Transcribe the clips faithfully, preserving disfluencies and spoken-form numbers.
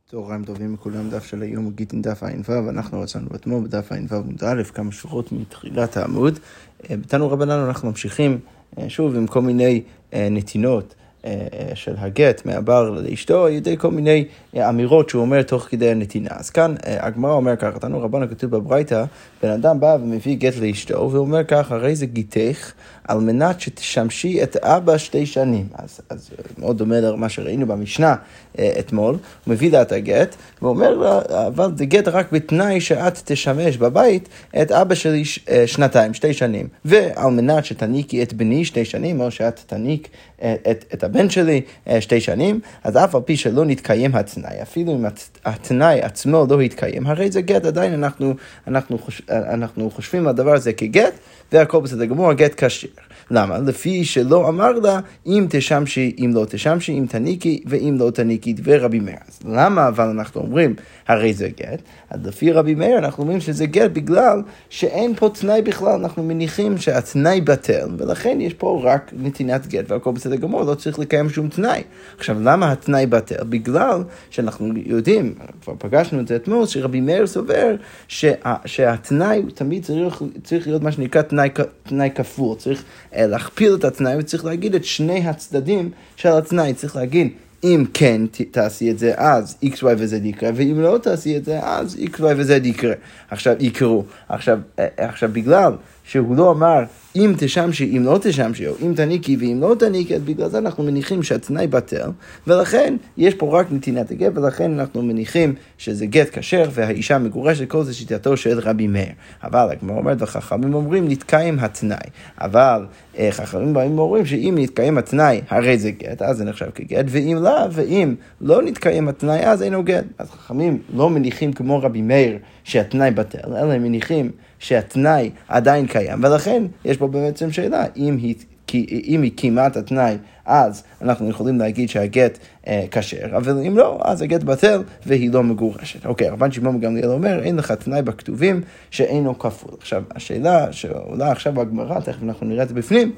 צהריים טובים לכולם, דף של היום גיטין דף עין וו, ואנחנו רצינו אתמול בדף עין וו מודע א', כמה שורות מתחילת העמוד. בתנו רבנן אנחנו ממשיכים שוב עם כל מיני נתינות של הגט מהבר לאשתו, על ידי כל מיני אמירות שהוא אומר תוך כדי הנתינה. אז כאן הגמרא אומר ככה, תנו רבנן כתוב בברייתא, בן אדם בא ומביא גט לאשתו, ואומר ככה, הרי זה גיתך על מנת שתשמשי את אבא שתי שנים. אז, אז מאוד דומה למה שראינו במשנה אתמול, הוא מביא לה את הגט, ואומר לה, אבל זה גט רק בתנאי שאת תשמש בבית את אבא שלי שנתיים, שתי שנים, ועל מנת שתניקי את בני שתי שנים, או שאת תניק את, את הבן שלי שתי שנים, אז אף על פי שלא נתקיים התנאי, אפילו אם התנאי עצמו לא התקיים, הרי זה גט, עדיין אנחנו, אנחנו, חוש, אנחנו חושבים על הדבר הזה כגט, והכל בסדר גמור, הגט כשר. למה? לפי שלא אמר לה, אם תשמשי, אם לא תשמשי, אם תניקי, ואם לא תניקי, דבר רבי מאיר. אז למה אבל אנחנו אומרים, הרי זה גט? אז לפי רבי מאיר אנחנו אומרים שזה גט בגלל שאין פה תנאי בכלל, אנחנו מניחים שהתנאי בטל, ולכן יש פה רק נתינת גט, והכל בסדר גמור, לא צריך לקיים שום תנאי. עכשיו, למה התנאי בטל? בגלל שאנחנו יודעים, כבר פגשנו את זה אתמול, שרבי מאיר סובר שה, שהתנאי תמיד צריך, צריך להיות מה שנקרא תנאי, תנאי כפול, צריך להכפיל את התנאי, וצריך להגיד את שני הצדדים של התנאי, צריך להגיד, אם כן תעשי את זה, אז X, Y וZ יקרה, ואם לא תעשי את זה, אז X, Y וZ יקרה. עכשיו, יקרו. עכשיו, עכשיו, בגלל שהוא לא אמר, אם תשמשי, אם לא תשמשי, או אם תניקי ואם לא תניקי, אז בגלל זה אנחנו מניחים שהתנאי בטל, ולכן יש פה רק נתינת הגט, ולכן אנחנו מניחים שזה גט כשר, והאישה מגורשת, כל זה שיטתו של רבי מאיר. אבל, כמו אומרת, וחכמים אומרים, נתקיים התנאי. אבל חכמים באים אומרים שאם נתקיים התנאי, הרי זה גט, אז זה נחשב כגט, ואם לא, ואם לא נתקיים התנאי, אז אינו גט. אז חכמים לא מניחים כמו רבי מאיר שהתנאי בטל, אלא הם מניחים שהתנאי עדיין קיים, ולכן יש פה בעצם שאלה, אם היא, אם היא כמעט התנאי, אז אנחנו יכולים להגיד שהגט אה, כשר, אבל אם לא, אז הגט בטל והיא לא מגורשת. אוקיי, רבן שמעון גמליאל אומר, אין לך תנאי בכתובים שאינו כפול. עכשיו, השאלה שעולה עכשיו בגמרא, תכף אנחנו נראה את זה בפנים,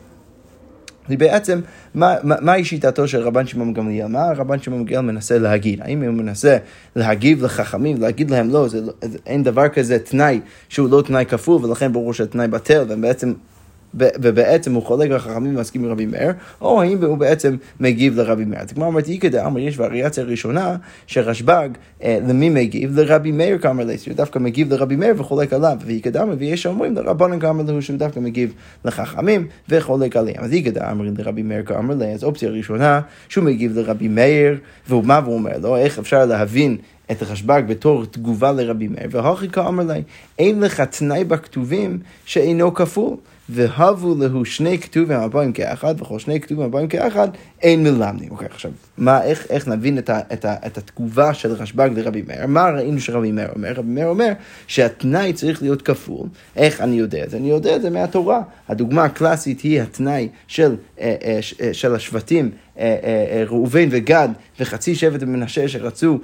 היא בעצם, מה, מה, מהי שיטתו של רבן שמעון גמליאל? מה רבן שמעון גמליאל מנסה להגיד? האם הוא מנסה להגיב לחכמים, להגיד להם לא, זה, אין דבר כזה תנאי שהוא לא תנאי כפול, ולכן ברור שהתנאי בטל, והם בעצם ובעצם הוא חולק לחכמים ומסכים עם רבי מאיר, או האם הוא בעצם מגיב לרבי מאיר. אז כמו אמרתי, איקדה אמר, יש וריאציה ראשונה שרשב"ג, אה, למי מגיב? לרבי מאיר כאמר לייסי, הוא דווקא מגיב לרבי מאיר וחולק עליו, ואיקדה אמר, ויש שאומרים לרבנן כאמר לו, שהוא דווקא מגיב לחכמים וחולק עליהם. אז איקדה אמר לרבי מאיר כאמר לייסי, אז אופציה ראשונה, שהוא מגיב לרבי מאיר, ומה הוא אומר לו, איך אפשר להבין את רשב"ג בתור תגובה לרבי מאיר, והוכי כאמר לי, אין לך תנאי בכתובים שאינו כפול, והבו לו שני כתובים הבאים כאחד, וכל שני כתובים הבאים כאחד, אין מלמדים. אוקיי, עכשיו, מה, איך, איך נבין את, ה, את, ה, את התגובה של רשב"ג לרבי מאיר? מה ראינו שרבי מאיר אומר? רבי מאיר אומר שהתנאי צריך להיות כפול. איך אני יודע את זה? אני יודע את זה מהתורה. הדוגמה הקלאסית היא התנאי של, של השבטים, ראובן וגד וחצי שבט מנשה שרצו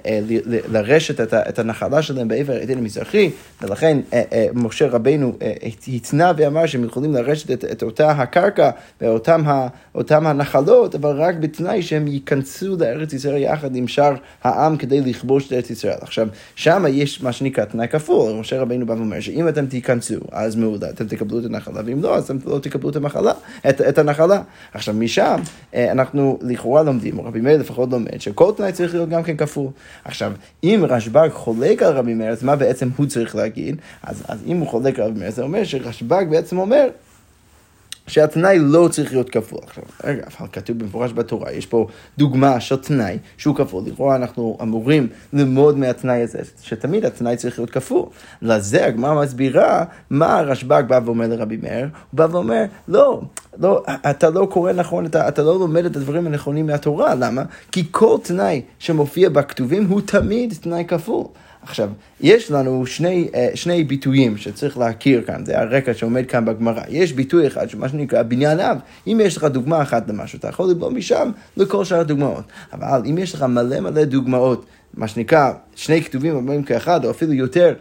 לרשת את הנחלה שלהם בעבר העדין המזרחי, ולכן משה רבינו התנה ואמר שהם יכולים לרשת את, את אותה הקרקע ואותם אותם הנחלות, אבל רק בתנאי שהם ייכנסו לארץ ישראל יחד עם שאר העם כדי לכבוש את ארץ ישראל. עכשיו, שם יש מה שנקרא תנאי כפול. משה רבינו בא ואומר שאם אתם תיכנסו, אז מעולה, אתם תקבלו את הנחלה, ואם לא, אז אתם לא תקבלו את המחלה, את, את הנחלה. עכשיו, משם אנחנו לכאורה לומדים, או רבי מאיר לפחות לומד, שכל תנאי צריך להיות גם כן כפול. עכשיו, אם רשב"ג חולק על רבי מאיר, אז מה בעצם הוא צריך להגיד? אז, אז אם הוא חולק על רבי מאיר, זה אומר שרשב"ג בעצם אומר שהתנאי לא צריך להיות כפול. עכשיו, רגע, אבל כתוב במפורש בתורה, יש פה דוגמה של תנאי שהוא כפול. לכאורה אנחנו אמורים ללמוד מהתנאי הזה, שתמיד התנאי צריך להיות כפול. לזה הגמרא מסבירה מה הרשב"ג בא ואומר לרבי מאיר, הוא בא ואומר, לא, לא, אתה לא קורא נכון, אתה, אתה לא לומד את הדברים הנכונים מהתורה. למה? כי כל תנאי שמופיע בכתובים הוא תמיד תנאי כפול. עכשיו, יש לנו שני, שני ביטויים שצריך להכיר כאן, זה הרקע שעומד כאן בגמרא. יש ביטוי אחד שמה שנקרא בניין אב. אם יש לך דוגמה אחת למשהו, אתה יכול לבוא משם לכל שאר הדוגמאות. אבל אם יש לך מלא מלא דוגמאות מה שנקרא, שני כתובים אומרים כאחד, או אפילו יותר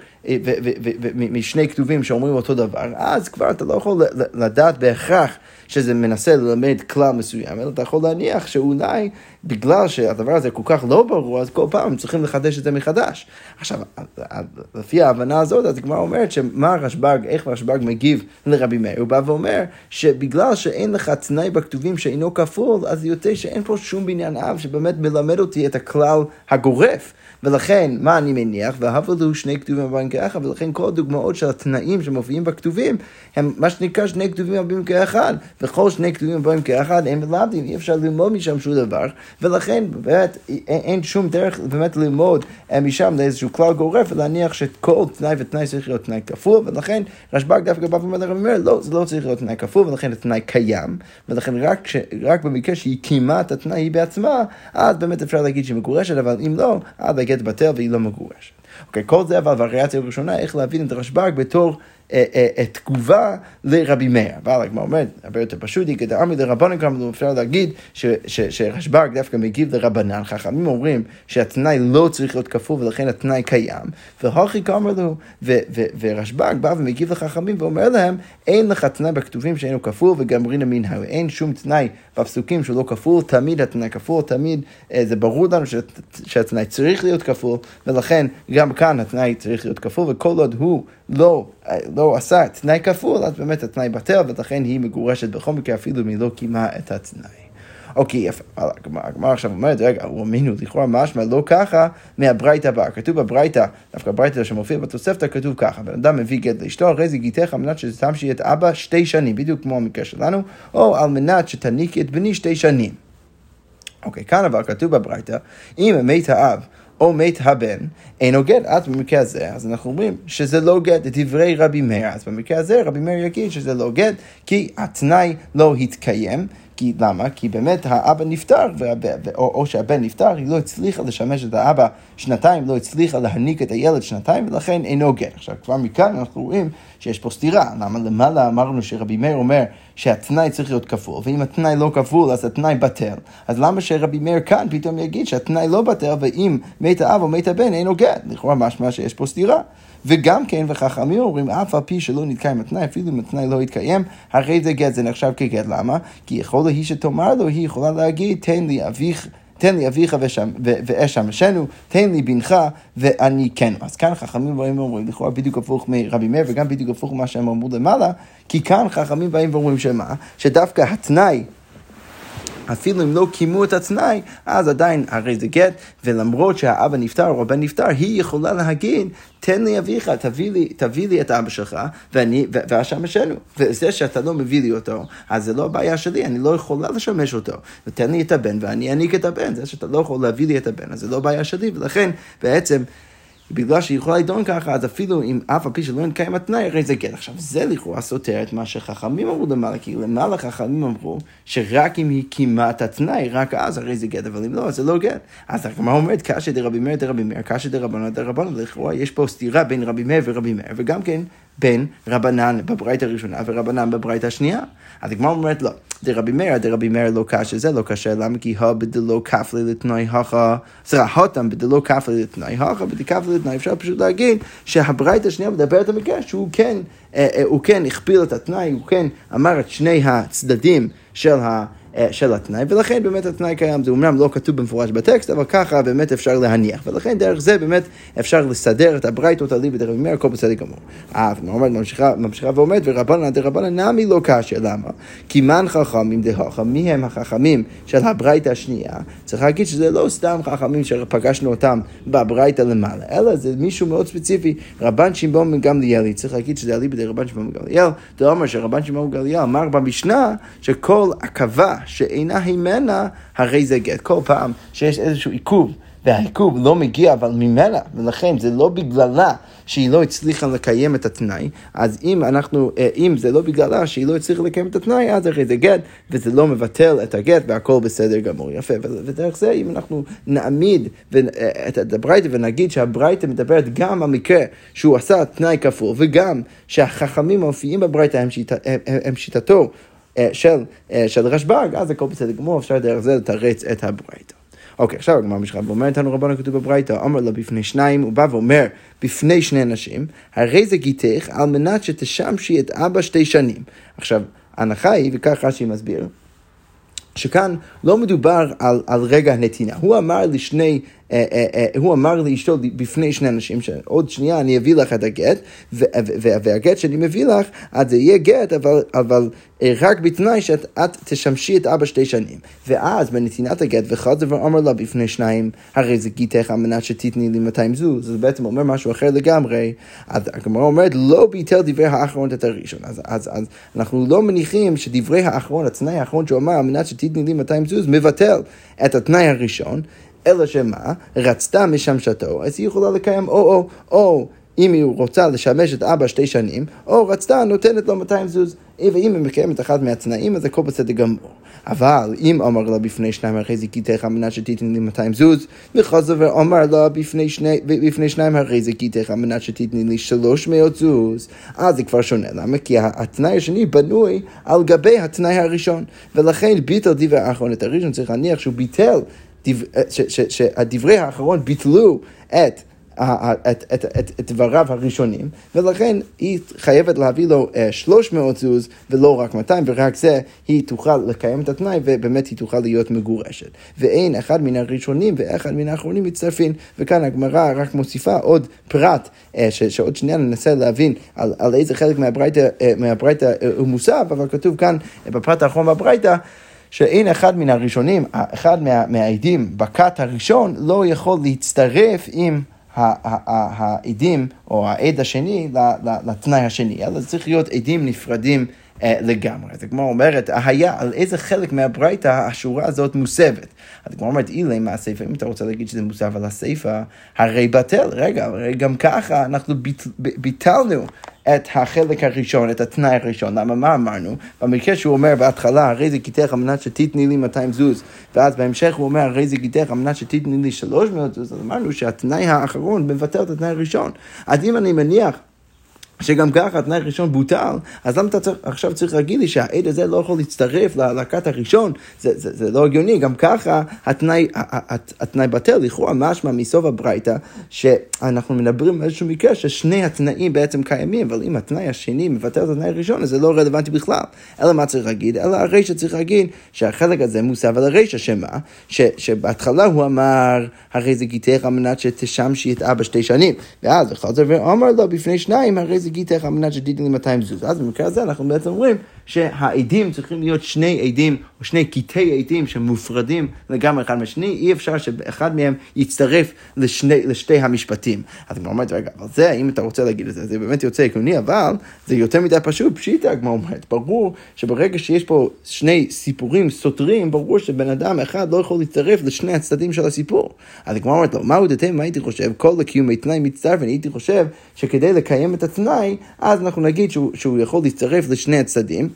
משני כתובים שאומרים אותו דבר, אז כבר אתה לא יכול לדעת בהכרח שזה מנסה ללמד כלל מסוים, אלא אתה יכול להניח שאולי בגלל שהדבר הזה כל כך לא ברור, אז כל פעם צריכים לחדש את זה מחדש. עכשיו, לפי ההבנה הזאת, אז כבר אומרת שמה רשב"ג, איך רשב"ג מגיב לרבי מאיר, הוא בא ואומר שבגלל שאין לך תנאי בכתובים שאינו כפול, אז יוצא שאין פה שום בניין אב שבאמת מלמד אותי את הכלל הגורף. ולכן, מה אני מניח? והבלו שני כתובים הבאים כאחד, ולכן כל הדוגמאות של התנאים שמופיעים בכתובים, הם מה שנקרא שני כתובים הבאים כאחד, וכל שני כתובים הבאים כאחד, הם מלמדים, אי אפשר ללמוד משם שום דבר, ולכן באמת אין שום דרך באמת ללמוד משם לאיזשהו כלל גורף, ולהניח שכל תנאי ותנאי צריך להיות תנאי כפול, ולכן רשב"ג דווקא בא ואומר לרבי מאיר, לא, זה לא צריך להיות תנאי כפול, ולכן התנאי קיים, ולכן רק, ש, רק במקרה שהיא קיימה את התנאי היא בעצמה, אז באמת אפשר להגיד שהיא מגורשת, אבל אם לא, אז הגט בטל והיא לא מגורשת. אוקיי, כל זה אבל וריאציה ראשונה, איך להבין את רשב"ג בתור אה, אה, אה, תגובה לרבי מאיר. אבל כמו אומרת, הרבה יותר פשוט, כדאמרי לרבנן, גם אפשר להגיד ש, ש, שרשב"ג דווקא מגיב לרבנן. חכמים אומרים שהתנאי לא צריך להיות כפול ולכן התנאי קיים. והוכי כאמר לו, ו, ו, ורשב"ג בא ומגיב לחכמים ואומר להם, אין לך תנאי בכתובים שאינו כפול וגמרין המנהל. אין שום תנאי בפסוקים שלא כפול, תמיד התנאי כפול, תמיד אה, זה ברור לנו ש, שהתנאי צריך להיות כפול, ולכן גם כאן התנאי צריך להיות כפול, וכל עוד הוא לא, לא עשה תנאי כפול, אז באמת התנאי בטל, ולכן היא מגורשת בכל מקרה, אפילו אם היא לא קיימה את התנאי. אוקיי, יפה. הגמרא עכשיו אומרת, רגע, הוא אמינו, לכאורה משמע לא ככה מהברייתא הבאה. כתוב בברייתא, דווקא הברייתא שמופיע בתוספתא, כתוב ככה, בן אדם מביא גט לאשתו, הרי זה גיתך על מנת שתמשי את אבא שתי שנים, בדיוק כמו המקרה שלנו, או על מנת שתניקי את בני שתי שנים. אוקיי, כאן אבל כתוב בברייתא, אם מת האב, או מת הבן, אינו גט, אז במקרה הזה, אז אנחנו אומרים שזה לא גט, דברי רבי מאיר, אז במקרה הזה רבי מאיר יגיד שזה לא גט, כי התנאי לא התקיים, כי למה? כי באמת האבא נפטר, או, או שהבן נפטר, היא לא הצליחה לשמש את האבא שנתיים, לא הצליחה להניק את הילד שנתיים, ולכן אינו גט. עכשיו, כבר מכאן אנחנו רואים שיש פה סתירה. למה למעלה אמרנו שרבי מאיר אומר שהתנאי צריך להיות כפול, ואם התנאי לא כפול, אז התנאי בטל. אז למה שרבי מאיר כאן פתאום יגיד שהתנאי לא בטל, ואם מת האב או מת הבן, אינו גט? לכאורה משמע שיש פה סתירה. וגם כן, וחכמים אומרים, אף על פי שלא נתקיים התנאי, אפילו אם התנאי לא יתקיים, הרי זה גט, זה נחשב כגט. למה? כי יכול היא שתאמר לו, היא יכולה להגיד, תן לי אביך, תן לי אביך ואש אמשנו, תן לי בנך ואני כן. אז כאן חכמים באים ואומרים, לכאורה בדיוק הפוך מרבי מאיר, וגם בדיוק הפוך מה שהם אמרו למעלה, כי כאן חכמים באים ואומרים שמה? שדווקא התנאי, אפילו אם לא קיימו את התנאי, אז עדיין הרי זה גט, ולמרות שהאבא נפטר או הבן נפטר, היא יכולה להגיד, תן לי אביך, תביא לי, תביא לי את אבא שלך, ואני, ואשם אשנו. וזה שאתה לא מביא לי אותו, אז זה לא הבעיה שלי, אני לא יכולה לשמש אותו. ותן לי את הבן, ואני אניק את הבן. זה שאתה לא יכול להביא לי את הבן, אז זה לא הבעיה שלי, ולכן בעצם, בגלל שהיא יכולה לדון ככה, אז אפילו אם אף על פי שלא נקיים התנאי, הרי זה גט. עכשיו, זה לכאורה סותר את מה שחכמים אמרו למעלה, כי למעלה חכמים אמרו שרק אם היא קיימה את התנאי, רק אז הרי זה גט, אבל אם לא, אז זה לא גט. אז הגמרא אומרת, קשיא דרבי מאיר דרבי מאיר, קשיא דרבנן דרבנן, ולכאורה יש פה סתירה בין רבי מאיר ורבי מאיר, וגם כן בין רבנן בברייתא הראשונה ורבנן בברייתא השנייה. אז הגמרא אומרת, לא, דרבי מאיר, דרבי מאיר לא קשיא, זה לא קשיא, למה? כי הו בדלא כפלי לתנאי הכה, סליחה, הותם בדלא כפלי לתנאי הכה, בדכפלי לתנאי, אפשר פשוט להגיד שהברייתא השנייה מדברת המקרה שהוא כן, הוא כן הכפיל את התנאי, הוא כן אמר את שני הצדדים של ה... של התנאי, ולכן באמת התנאי קיים, זה אומנם לא כתוב במפורש בטקסט, אבל ככה באמת אפשר להניח, ולכן דרך זה באמת אפשר לסדר את הברייתות עלי בדרבי מאיר, הכל בסדר גמור. אה, ומאמרת, ממשיכה, ממשיכה ואומרת, ורבנן דרבנן נמי לא קשיא, למה? כי מן חכמים דהכה, מי הם החכמים של הברייתא השנייה? צריך להגיד שזה לא סתם חכמים שפגשנו אותם בברייתא למעלה, אלא זה מישהו מאוד ספציפי, רבן שמעון בן גמליאל, צריך להגיד שזה עלי בדרבן שמעון בן גמליאל, זה אומר שרבן שמעון בן גמליאל אמר במשנה שכל עכבה שאינה הימנה, הרי זה גט. כל פעם שיש איזשהו עיכוב, והעיכוב לא מגיע אבל ממנה, ולכן זה לא בגללה שהיא לא הצליחה לקיים את התנאי, אז אם אנחנו, אם זה לא בגללה שהיא לא הצליחה לקיים את התנאי, אז הרי זה גט, וזה לא מבטל את הגט, והכל בסדר גמור. יפה, ודרך זה, אם אנחנו נעמיד את הברייתא ונגיד שהברייתא מדברת גם על מקרה שהוא עשה תנאי כפול, וגם שהחכמים מופיעים בברייתא הם, שיטה, הם, הם שיטתו, של, של רשב"ג, אז הכל בסדר גמור, אפשר דרך זה לתרץ את הברייתא. אוקיי, עכשיו הגמרא משחק, ואומר תנו רבנו כתוב בברייתא, אמר לה בפני שניים, הוא בא ואומר בפני שני נשים, הרי זה גיתך על מנת שתשמשי את אבא שתי שנים. עכשיו, ההנחה היא, וכך רש"י מסביר, שכאן לא מדובר על, על רגע הנתינה. הוא אמר לשני, אה, אה, אה, הוא אמר לאשתו בפני שני אנשים, שעוד שנייה אני אביא לך את הגט, ו, ו, והגט שאני מביא לך, אז זה יהיה גט, אבל, אבל רק בתנאי שאת את תשמשי את אבא שתי שנים. ואז בנתינת הגט, וחזר ואמר לה בפני שניים, הרי זה גיתך על מנת שתתני לי מאתיים זוז. זה בעצם אומר משהו אחר לגמרי. אז הגמרא אומרת, לא ביטל דברי האחרון את הראשון. אז, אז, אז אנחנו לא מניחים שדברי האחרון, התנאי האחרון שהוא אמר, על מנת שתתני לי מאתיים זוז, מבטל את התנאי הראשון, אלא שמה, רצתה משמשתו, אז היא יכולה לקיים או או או, אם היא רוצה לשמש את אבא שתי שנים, או רצתה נותנת לו מאתיים זוז, ואם היא מקיימת אחד מהתנאים, אז הכל בסדר גמור. אבל אם אמר לה בפני שניים, הרי זה גיתך על מנת שתתני לי מאתיים זוז, וחזר ואמר לה בפני, שני, בפני שניים, הרי זה גיתך על מנת שתתני לי שלוש מאות זוז, אז זה כבר שונה. למה? כי התנאי השני בנוי על גבי התנאי הראשון, ולכן ביטל דברי האחרון את הראשון, צריך להניח שהוא ביטל, שהדברי האחרון ביטלו את את, את, את, את דבריו הראשונים, ולכן היא חייבת להביא לו שלוש מאות זוז ולא רק מאתיים, ורק זה היא תוכל לקיים את התנאי, ובאמת היא תוכל להיות מגורשת. ואין אחד מן הראשונים ואחד מן האחרונים מצטרפים, וכאן הגמרא רק מוסיפה עוד פרט, ש, שעוד שנייה ננסה להבין על, על איזה חלק מהברייתא, מהברייתא הוא מוסף, אבל כתוב כאן בפרט האחרון בברייתא, שאין אחד מן הראשונים, אחד מה, מהעדים בכת הראשון, לא יכול להצטרף עם העדים או העד השני לתנאי השני, אלא צריך להיות עדים נפרדים לגמרי. אז כמו אומרת, היה על איזה חלק מהברייתא השורה הזאת מוסבת. אז כמו אומרת, אילי מהספר, אם אתה רוצה להגיד שזה מוסב על הספר, הרי בטל, רגע, הרי גם ככה אנחנו ביטלנו את החלק הראשון, את התנאי הראשון. למה מה אמרנו? במקרה שהוא אומר בהתחלה, הרי זה גיתך על מנת שתתני לי מאתיים זוז, ואז בהמשך הוא אומר, הרי זה גיתך על מנת שתתני לי שלוש מאות זוז, אז אמרנו שהתנאי האחרון מבטל את התנאי הראשון. אז אם אני מניח שגם ככה התנאי הראשון בוטל, אז למה אתה צריך, עכשיו צריך להגיד לי שהעד הזה לא יכול להצטרף ללהקת הראשון? זה, זה, זה לא הגיוני, גם ככה התנאי, התנאי בטל, לכאורה משמע מסוף הברייתא, שאנחנו מדברים על איזשהו מקרה ששני התנאים בעצם קיימים, אבל אם התנאי השני מבטל את התנאי הראשון, אז זה לא רלוונטי בכלל. אלא מה צריך להגיד? אלא הרישא צריך להגיד שהחלק הזה מוסב על הרישא, שמה? ש, שבהתחלה הוא אמר, הרי זה גיתך על מנת שתשמשי את אבא שתי שנים, ואז חזר ואמר לו בפני שניים, הרי זה גיתך על מנת שתתני לי מאתיים זוז. אז במקרה הזה אנחנו בעצם אומרים שהעדים צריכים להיות שני עדים או שני קטעי עדים שמופרדים לגמרי אחד מהשני, אי אפשר שאחד מהם יצטרף לשני, לשתי המשפטים. אז אני אומרת, רגע, אבל זה, אם אתה רוצה להגיד את זה, זה באמת יוצא עקרוני, אבל זה יותר מדי פשוט, פשיטה, כמו אומרת. ברור שברגע שיש פה שני סיפורים סותרים, ברור שבן אדם אחד לא יכול להצטרף לשני הצדדים של הסיפור. אז אני אומרת לו, מהו דתם, מה הייתי חושב? כל לקיומי תנאי מצטרף, אני הייתי חושב שכדי לקיים את התנאי, אז אנחנו נגיד שהוא, שהוא יכול להצטרף לשני הצדדים,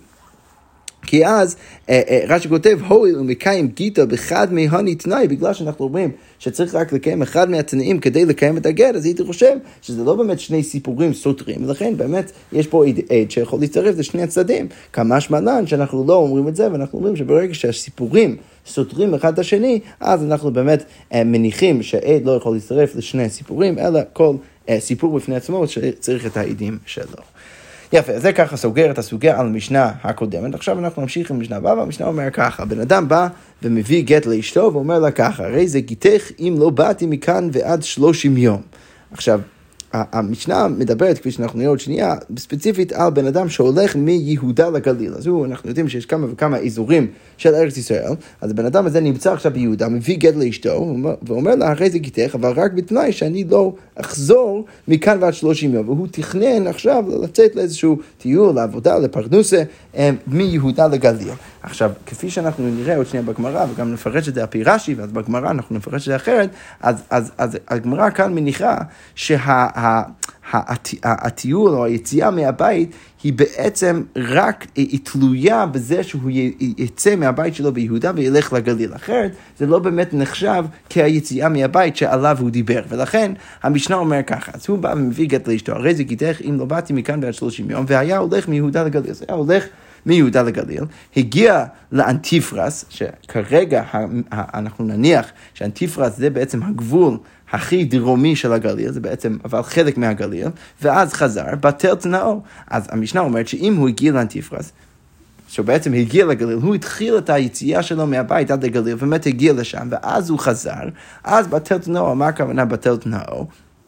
כי אז רש"י כותב, הואיל ומקיים גיטה באחד מהני תנאי, בגלל שאנחנו אומרים שצריך רק לקיים אחד מהתנאים כדי לקיים את הגט, אז הייתי חושב שזה לא באמת שני סיפורים סותרים, ולכן באמת יש פה עד שיכול להצטרף לשני הצדדים, כמשמע לן שאנחנו לא אומרים את זה, ואנחנו אומרים שברגע שהסיפורים סותרים אחד את השני, אז אנחנו באמת מניחים שעד לא יכול להצטרף לשני סיפורים, אלא כל סיפור בפני עצמו שצריך את העדים שלו. יפה, זה ככה סוגר את הסוגיה על המשנה הקודמת. עכשיו אנחנו נמשיך עם המשנה הבאה, והמשנה אומר ככה, בן אדם בא ומביא גט לאשתו ואומר לה ככה, הרי זה גיתך אם לא באתי מכאן ועד שלושים יום. עכשיו, המשנה מדברת, כפי שאנחנו נראה עוד שנייה, ספציפית על בן אדם שהולך מיהודה לגליל. אז הוא, אנחנו יודעים שיש כמה וכמה אזורים של ארץ ישראל, אז הבן אדם הזה נמצא עכשיו ביהודה, מביא גט לאשתו, ואומר לה, הרי זה גיתך, אבל רק בתנאי שאני לא אחזור מכאן ועד שלושים יום. והוא תכנן עכשיו לצאת לאיזשהו טיול, לעבודה, לפרנסה, מיהודה לגליל. עכשיו, כפי שאנחנו נראה עוד שנייה בגמרא, וגם נפרש את זה הפי רש"י, ואז בגמרא אנחנו נפרש את זה אחרת, אז, אז, אז הגמרא כאן מניחה שהטיול או היציאה מהבית היא בעצם רק, היא תלויה בזה שהוא יצא מהבית שלו ביהודה וילך לגליל. אחרת, זה לא באמת נחשב כהיציאה מהבית שעליו הוא דיבר. ולכן, המשנה אומר ככה, אז הוא בא ומביא גט לאשתו, הרי זה גיתך אם לא באתי מכאן ועד שלושים יום, והיה הולך מיהודה לגליל. זה היה הולך מיהודה לגליל, הגיע לאנטיפרס, שכרגע אנחנו נניח שאנטיפרס זה בעצם הגבול הכי דרומי של הגליל, זה בעצם אבל חלק מהגליל, ואז חזר, בטל תנאו. אז המשנה אומרת שאם הוא הגיע לאנטיפרס, שהוא בעצם הגיע לגליל, הוא התחיל את היציאה שלו מהבית עד לגליל, ובאמת הגיע לשם, ואז הוא חזר, אז בטל תנאו, מה הכוונה בטל תנאו?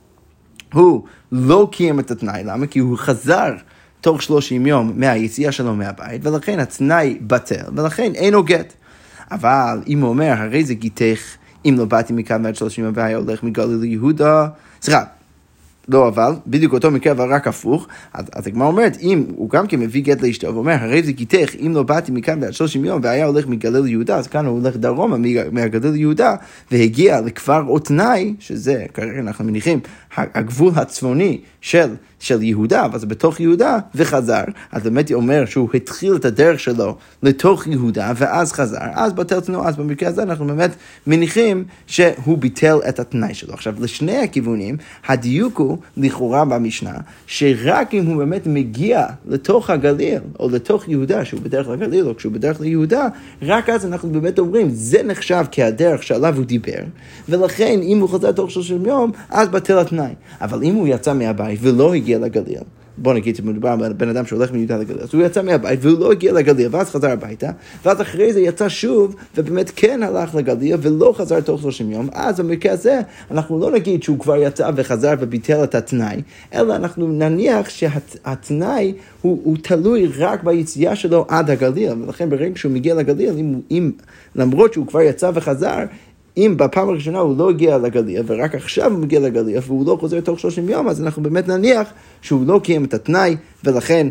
הוא לא קיים את התנאי, למה? כי הוא חזר תוך שלושים יום מהיציאה שלו מהבית, ולכן התנאי בטל, ולכן אינו גט. אבל אם הוא אומר, הרי זה גיתך, אם לא באתי מכאן ועד שלושים יום והיה הולך מגליל ליהודה, סליחה, לא אבל, בדיוק אותו מקרה, אבל רק הפוך. אז, אז הגמרא אומרת, אם הוא גם כן מביא גט לאשתו, ואומר, הרי זה גיתך, אם לא באתי מכאן ועד שלושים יום, והיה הולך מגליל ליהודה, אז כאן הוא הולך דרומה מהגליל ליהודה, והגיע לכפר עתנאי, שזה, כרגע אנחנו מניחים, הגבול הצפוני של, של יהודה, אבל זה בתוך יהודה, וחזר. אז באמת אומר שהוא התחיל את הדרך שלו לתוך יהודה, ואז חזר. אז בטל תנאו, אז במקרה הזה אנחנו באמת מניחים שהוא ביטל את התנאי שלו. עכשיו, לשני הכיוונים, הדיוק הוא לכאורה במשנה, שרק אם הוא באמת מגיע לתוך הגליל, או לתוך יהודה, שהוא בדרך לגליל, או כשהוא בדרך ליהודה, רק אז אנחנו באמת אומרים, זה נחשב כהדרך שעליו הוא דיבר, ולכן אם הוא חזר תוך שלושים יום, אז בטל התנאי. אבל אם הוא יצא מהבית ולא הגיע לגליל, בוא נגיד שמדובר על בן אדם שהולך מיהודה לגליל, אז הוא יצא מהבית והוא לא הגיע לגליל, ואז חזר הביתה, ואז אחרי זה יצא שוב, ובאמת כן הלך לגליל ולא חזר תוך שלושים יום, אז במקרה הזה אנחנו לא נגיד שהוא כבר יצא וחזר וביטל את התנאי, אלא אנחנו נניח שהתנאי הוא, הוא תלוי רק ביציאה שלו עד הגליל, ולכן ברגע שהוא מגיע לגליל, אם, אם, למרות שהוא כבר יצא וחזר, אם בפעם הראשונה הוא לא הגיע לגליל, ורק עכשיו הוא מגיע לגליל, והוא לא חוזר תוך שלושים יום, אז אנחנו באמת נניח שהוא לא קיים את התנאי, ולכן,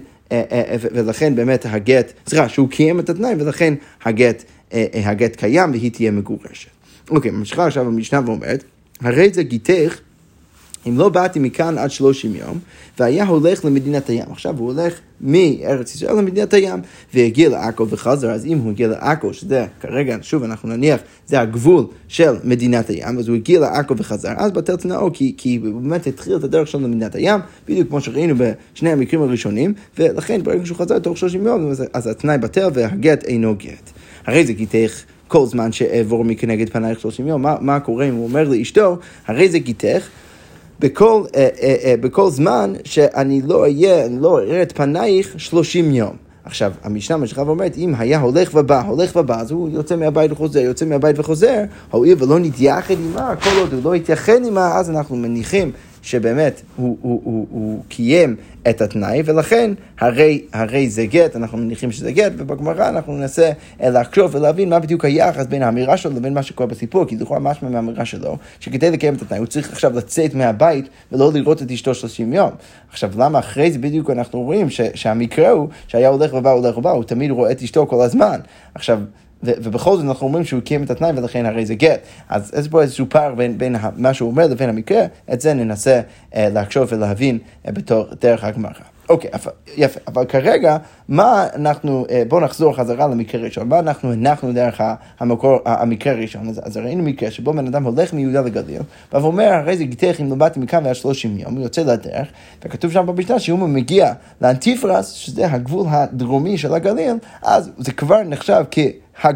ולכן באמת הגט, סליחה, שהוא קיים את התנאי, ולכן הגט, הגט קיים, והיא תהיה מגורשת. אוקיי, ממשיכה עכשיו המשנה ואומרת, הרי זה גיתך, אם לא באתי מכאן עד שלושים יום, והיה הולך למדינת הים. עכשיו הוא הולך מארץ ישראל למדינת הים, והגיע לעכו וחזר. אז אם הוא הגיע לעכו, שזה כרגע, שוב אנחנו נניח, זה הגבול של מדינת הים, אז הוא הגיע לעכו וחזר, אז בטל תנאו, כי, כי הוא באמת התחיל את הדרך שלו למדינת הים, בדיוק כמו שראינו בשני המקרים הראשונים, ולכן ברגע שהוא חזר תוך שלושים יום, אז, אז התנאי בטל והגט אינו גט. הרי זה גיתך כל זמן שאעבור מכנגד פנייך שלושים יום. מה, מה קורה אם הוא אומר לאשתו, הרי זה גיתך, בכל, אה, אה, אה, בכל זמן שאני לא אהיה, אני לא אראה את פנייך שלושים יום. עכשיו, המשנה משכה ואומרת, אם היה הולך ובא, הולך ובא, אז הוא יוצא מהבית וחוזר, יוצא מהבית וחוזר, הואיל ולא נתייחד עמה, כל עוד הוא לא יתייחד עמה, אז אנחנו מניחים שבאמת הוא, הוא, הוא, הוא קיים את התנאי, ולכן הרי, הרי זה גט, אנחנו מניחים שזה גט, ובגמרא אנחנו ננסה להקשוף ולהבין מה בדיוק היחס בין האמירה שלו לבין מה שקורה בסיפור, כי זכור משמע מהאמירה שלו, שכדי לקיים את התנאי, הוא צריך עכשיו לצאת מהבית ולא לראות את אשתו שלושים יום. עכשיו, למה אחרי זה בדיוק אנחנו רואים ש, שהמקרה הוא שהיה הולך ובא, הולך ובא, הוא תמיד רואה את אשתו כל הזמן. עכשיו, ובכל זאת אנחנו אומרים שהוא קיים את התנאי ולכן הרי זה גט. אז יש פה איזשהו פער בין, בין מה שהוא אומר לבין המקרה, את זה ננסה אה, להקשוף ולהבין אה, בתור דרך הגמרא. אוקיי, יפה, אבל כרגע, מה אנחנו, בואו נחזור חזרה למקרה ראשון, מה אנחנו הנחנו דרך המקור, המקרה ראשון, אז, אז ראינו מקרה שבו בן אדם הולך מיהודה לגליל, ואומר, הרי זה גיתך אם לא באתי מכאן ועד שלושים יום, הוא יוצא לדרך, וכתוב שם במשנה שהוא מגיע לאנטיפרס, שזה הגבול הדרומי של הגליל, אז זה כבר נחשב כ...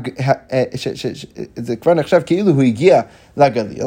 ש, ש, ש, זה כבר נחשב כאילו הוא הגיע לגליל,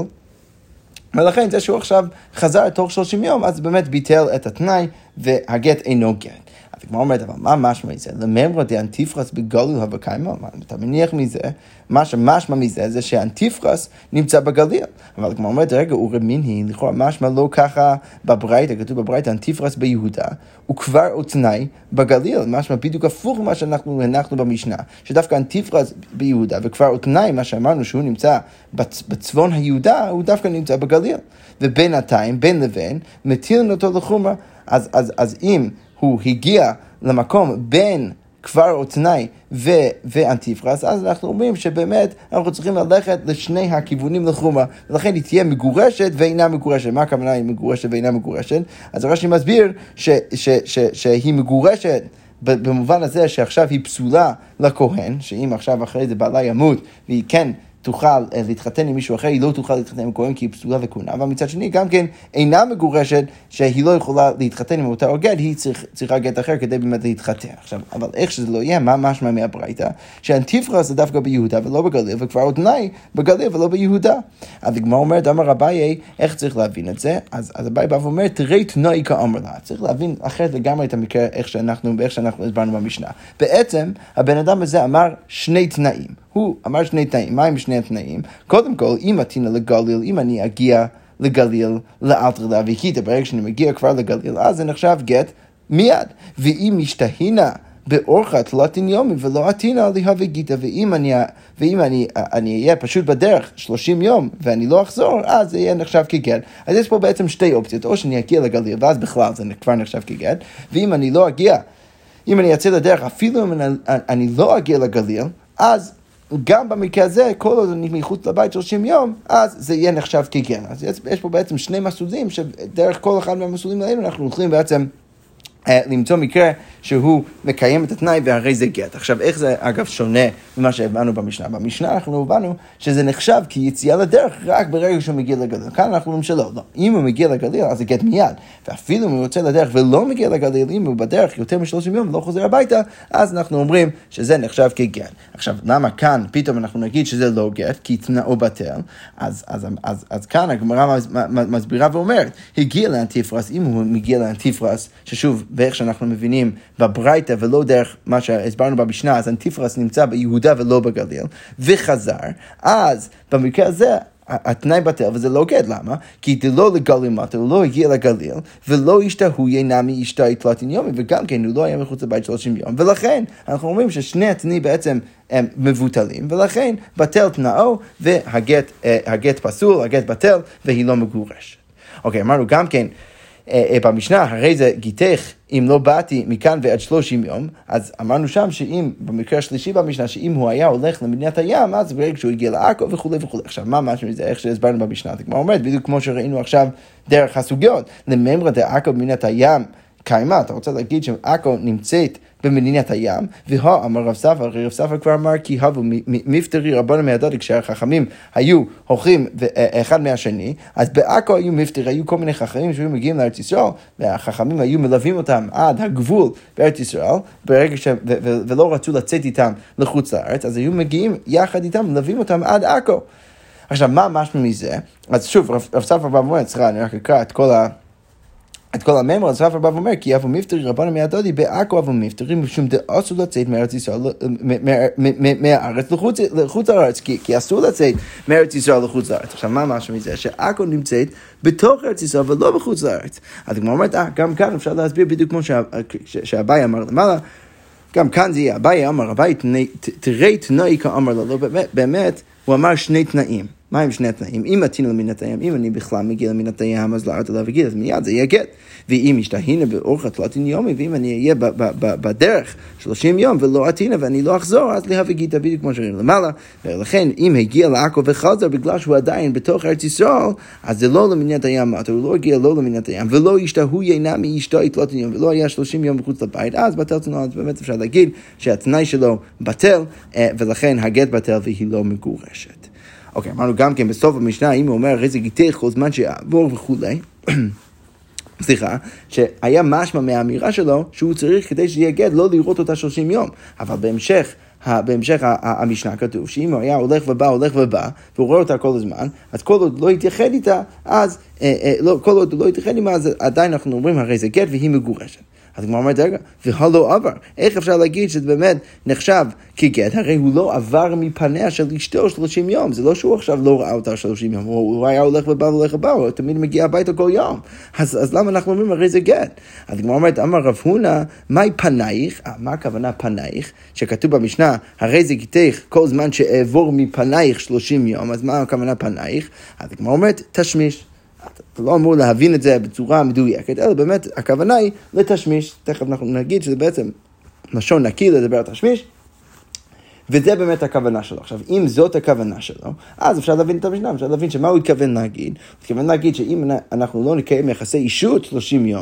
ולכן זה שהוא עכשיו חזר תוך שלושים יום, אז באמת ביטל את התנאי, והגט אינו גט. אז כמו אומרת, אבל מה משמע מזה? לממרה דאנטיפרס בגליל הבקיימה, אתה מניח מזה, מה שמשמע מזה זה שאנטיפרס נמצא בגליל. אבל כמו אומרת, רגע, הוא רמיני, לכאורה משמע לא ככה בברייתא, כתוב בברייתא, אנטיפרס ביהודה, הוא כבר עוד תנאי בגליל, משמע בדיוק הפוך ממה שאנחנו הנחנו במשנה, שדווקא אנטיפרס ביהודה, וכבר עוד תנאי, מה שאמרנו שהוא נמצא בצפון היהודה, הוא דווקא נמצא בגליל. ובינתיים, בין לבין, מטילים אותו לחומרה. אז, אז, אז אם הוא הגיע למקום בין כפר עתנאי ו- ואנטיפרס, אז אנחנו אומרים שבאמת אנחנו צריכים ללכת לשני הכיוונים לחומרה, ולכן היא תהיה מגורשת ואינה מגורשת. מה הכוונה היא מגורשת ואינה מגורשת? אז הרש"י מסביר ש- ש- ש- שהיא מגורשת במובן הזה שעכשיו היא פסולה לכהן, שאם עכשיו אחרי זה בעלה ימות והיא כן תוכל להתחתן עם מישהו אחר, היא לא תוכל להתחתן עם כהן כי היא פסולה וכהונה, אבל מצד שני גם כן אינה מגורשת שהיא לא יכולה להתחתן עם אותה או גט, היא צריך, צריכה גט אחר כדי באמת להתחתן. עכשיו, אבל איך שזה לא יהיה, מה משמע מהברייתא? שהאנטיפרס זה דווקא ביהודה ולא בגליל, וכבר עוד תנאי בגליל ולא ביהודה. אז הגמרא אומרת, אמר אביי, איך צריך להבין את זה? אז, אז אביי בא ואומר, תראי תנאי כאמר לה. צריך להבין אחרת לגמרי את המקרה, איך שאנחנו, איך שאנחנו הסברנו במשנה. בעצם, הבן אדם הזה אמר שני תנאים. הוא אמר שני תנאים. מה הם שני התנאים? קודם כל, אם עתינה לגליל, אם אני אגיע לגליל, לאלתר להוויקיתא, ברגע שאני מגיע כבר לגליל, אז זה נחשב גט מיד. ואם משתהינה באורחה תלתין יומי ולא עתינה להוויקיתא, ואם אני, ואם אני, אני אהיה פשוט בדרך שלושים יום ואני לא אחזור, אז זה יהיה נחשב כגט. אז יש פה בעצם שתי אופציות, או שאני אגיע לגליל, ואז בכלל זה כבר נחשב כגט, ואם אני לא אגיע, אם אני אצא לדרך, אפילו אם אני, אני לא אגיע לגליל, אז גם במקרה הזה, כל עוד אני מחוץ לבית שלושים יום, אז זה יהיה נחשב כגט. אז יש, יש פה בעצם שני מסלולים, שדרך כל אחד מהמסלולים האלה אנחנו יכולים בעצם למצוא מקרה שהוא מקיים את התנאי והרי זה גט. עכשיו, איך זה אגב שונה ממה שהבנו במשנה? במשנה אנחנו הבנו שזה נחשב כיציאה לדרך רק ברגע שהוא מגיע לגליל. כאן אנחנו אומרים שלא, לא. אם הוא מגיע לגליל, אז זה גט מיד. ואפילו אם הוא יוצא לדרך ולא מגיע לגליל, אם הוא בדרך יותר משלושים יום ולא חוזר הביתה, אז אנחנו אומרים שזה נחשב כגט. עכשיו, למה כאן פתאום אנחנו נגיד שזה לא גט, כי תנאו בטל? אז, אז, אז, אז כאן הגמרא מסבירה ואומרת, הגיע לאנטיפרס, אם הוא מגיע לאנטיפרס, ששוב, באיך שאנחנו מבינים בברייתא ולא דרך מה שהסברנו במשנה, אז אנטיפרס נמצא ביהודה ולא בגליל, וחזר, אז במקרה הזה, התנאי בטל, וזה לא גט, למה? כי זה לא לגליל מטה, הוא לא הגיע לגליל, ולא ישתהו ינמי ישתה תלתין יומי, וגם כן הוא לא היה מחוץ לבית שלושים יום, ולכן אנחנו אומרים ששני התנאים בעצם הם מבוטלים, ולכן בטל תנאו, והגט הגט פסול, הגט בטל, והיא לא מגורשת. אוקיי, אמרנו גם כן, במשנה, הרי זה גיתך, אם לא באתי מכאן ועד שלושים יום, אז אמרנו שם שאם, במקרה השלישי במשנה, שאם הוא היה הולך למדינת הים, אז ברגע שהוא הגיע לעכו וכו' וכו'. עכשיו, מה משהו מזה, איך שהסברנו במשנה? זה כמו אומרת, בדיוק כמו שראינו עכשיו דרך הסוגיות, לממרא דעכו במדינת הים, קיימה, אתה רוצה להגיד שעכו נמצאת במדינת הים, והוא אמר רב ספר, הרי רב ספר כבר אמר כי הבו מפטרי רבנו מהדוד, כשהחכמים היו הולכים אחד מהשני, אז בעכו היו מפטרי, היו כל מיני חכמים שהיו מגיעים לארץ ישראל, והחכמים היו מלווים אותם עד הגבול בארץ ישראל, ברגע ש... ו- ו- ולא רצו לצאת איתם לחוץ לארץ, אז היו מגיעים יחד איתם, מלווים אותם עד עכו. עכשיו, מה משמע מזה? אז שוב, רב, רב ספר במועד, סליחה, אני רק אקרא את כל ה... את כל המאמר, אז רב רב אומר, כי אבו מפטרי רבנו מהדודי, בעכו אבו מפטרי, משום דאסור לצאת מארץ ישראל, מהארץ לחוץ לארץ, כי אסור לצאת מארץ ישראל לחוץ לארץ. עכשיו, מה משהו מזה? שעכו נמצאת בתוך ארץ ישראל ולא בחוץ לארץ. אז כמו אומרת, גם כאן אפשר להסביר בדיוק כמו שהאביי אמר למעלה, גם כאן זה יהיה, אביי אמר, אביי תראי תנאי כאמר לו, באמת, הוא אמר שני תנאים. מה הם שני התנאים? אם עתינו למדינת הים, אם אני בכלל מגיע למדינת הים, אז לארץ עליו וגיל, אז מיד זה יהיה גט. ואם משתהינה באורחה תלתין יומי, ואם אני אהיה בדרך שלושים יום ולא עתינה ואני לא אחזור, אז להביא גיטה בדיוק כמו שראינו למעלה. ולכן, אם הגיע לעכו וחזר בגלל שהוא עדיין בתוך ארץ ישראל, אז זה לא למדינת הים, הוא לא הגיע לא למדינת הים, ולא ישתהו יינה מאשתו תלתין יום, ולא היה שלושים יום מחוץ לבית, אז בטל תנאו, אז באמת אפשר להגיד שהתנאי שלו בטל, ולכן הגט בטל והיא לא מגורשת. אוקיי, אמרנו גם כן בסוף המשנה, אם הוא אומר, הרי זה גיתך כל זמן שיעבור וכולי, סליחה, שהיה משמע מהאמירה שלו, שהוא צריך כדי שיהיה גט, לא לראות אותה שלושים יום. אבל בהמשך, בהמשך המשנה כתוב, שאם הוא היה הולך ובא, הולך ובא, והוא רואה אותה כל הזמן, אז כל עוד לא יתייחד איתה, אז, כל עוד לא יתייחד איתה, אז עדיין אנחנו אומרים, הרי זה גט והיא מגורשת. אז כמו אומרת, רגע, והלא עבר. איך אפשר להגיד שזה באמת נחשב כגט? הרי הוא לא עבר מפניה של אשתו שלושים יום. זה לא שהוא עכשיו לא ראה אותה שלושים יום. הוא, הוא היה הולך ובא והולך ובא, הוא תמיד מגיע הביתה כל יום. אז, אז למה אנחנו אומרים, הרי זה גט? אז כמו אומרת, אמר רב הונא, מהי פנייך? אה, מה הכוונה פנייך? שכתוב במשנה, הרי זה גיתך כל זמן שעבור מפנייך שלושים יום. אז מה הכוונה פנייך? אז כמו אומרת, תשמיש. אתה לא אמור להבין את זה בצורה מדויקת, אלא באמת הכוונה היא לתשמיש. תכף אנחנו נגיד שזה בעצם לשון נקי לדבר על תשמיש, וזה באמת הכוונה שלו. עכשיו, אם זאת הכוונה שלו, אז אפשר להבין את המשנה, אפשר להבין שמה הוא התכוון להגיד. הוא התכוון להגיד שאם אנחנו לא נקיים יחסי אישות שלושים יום,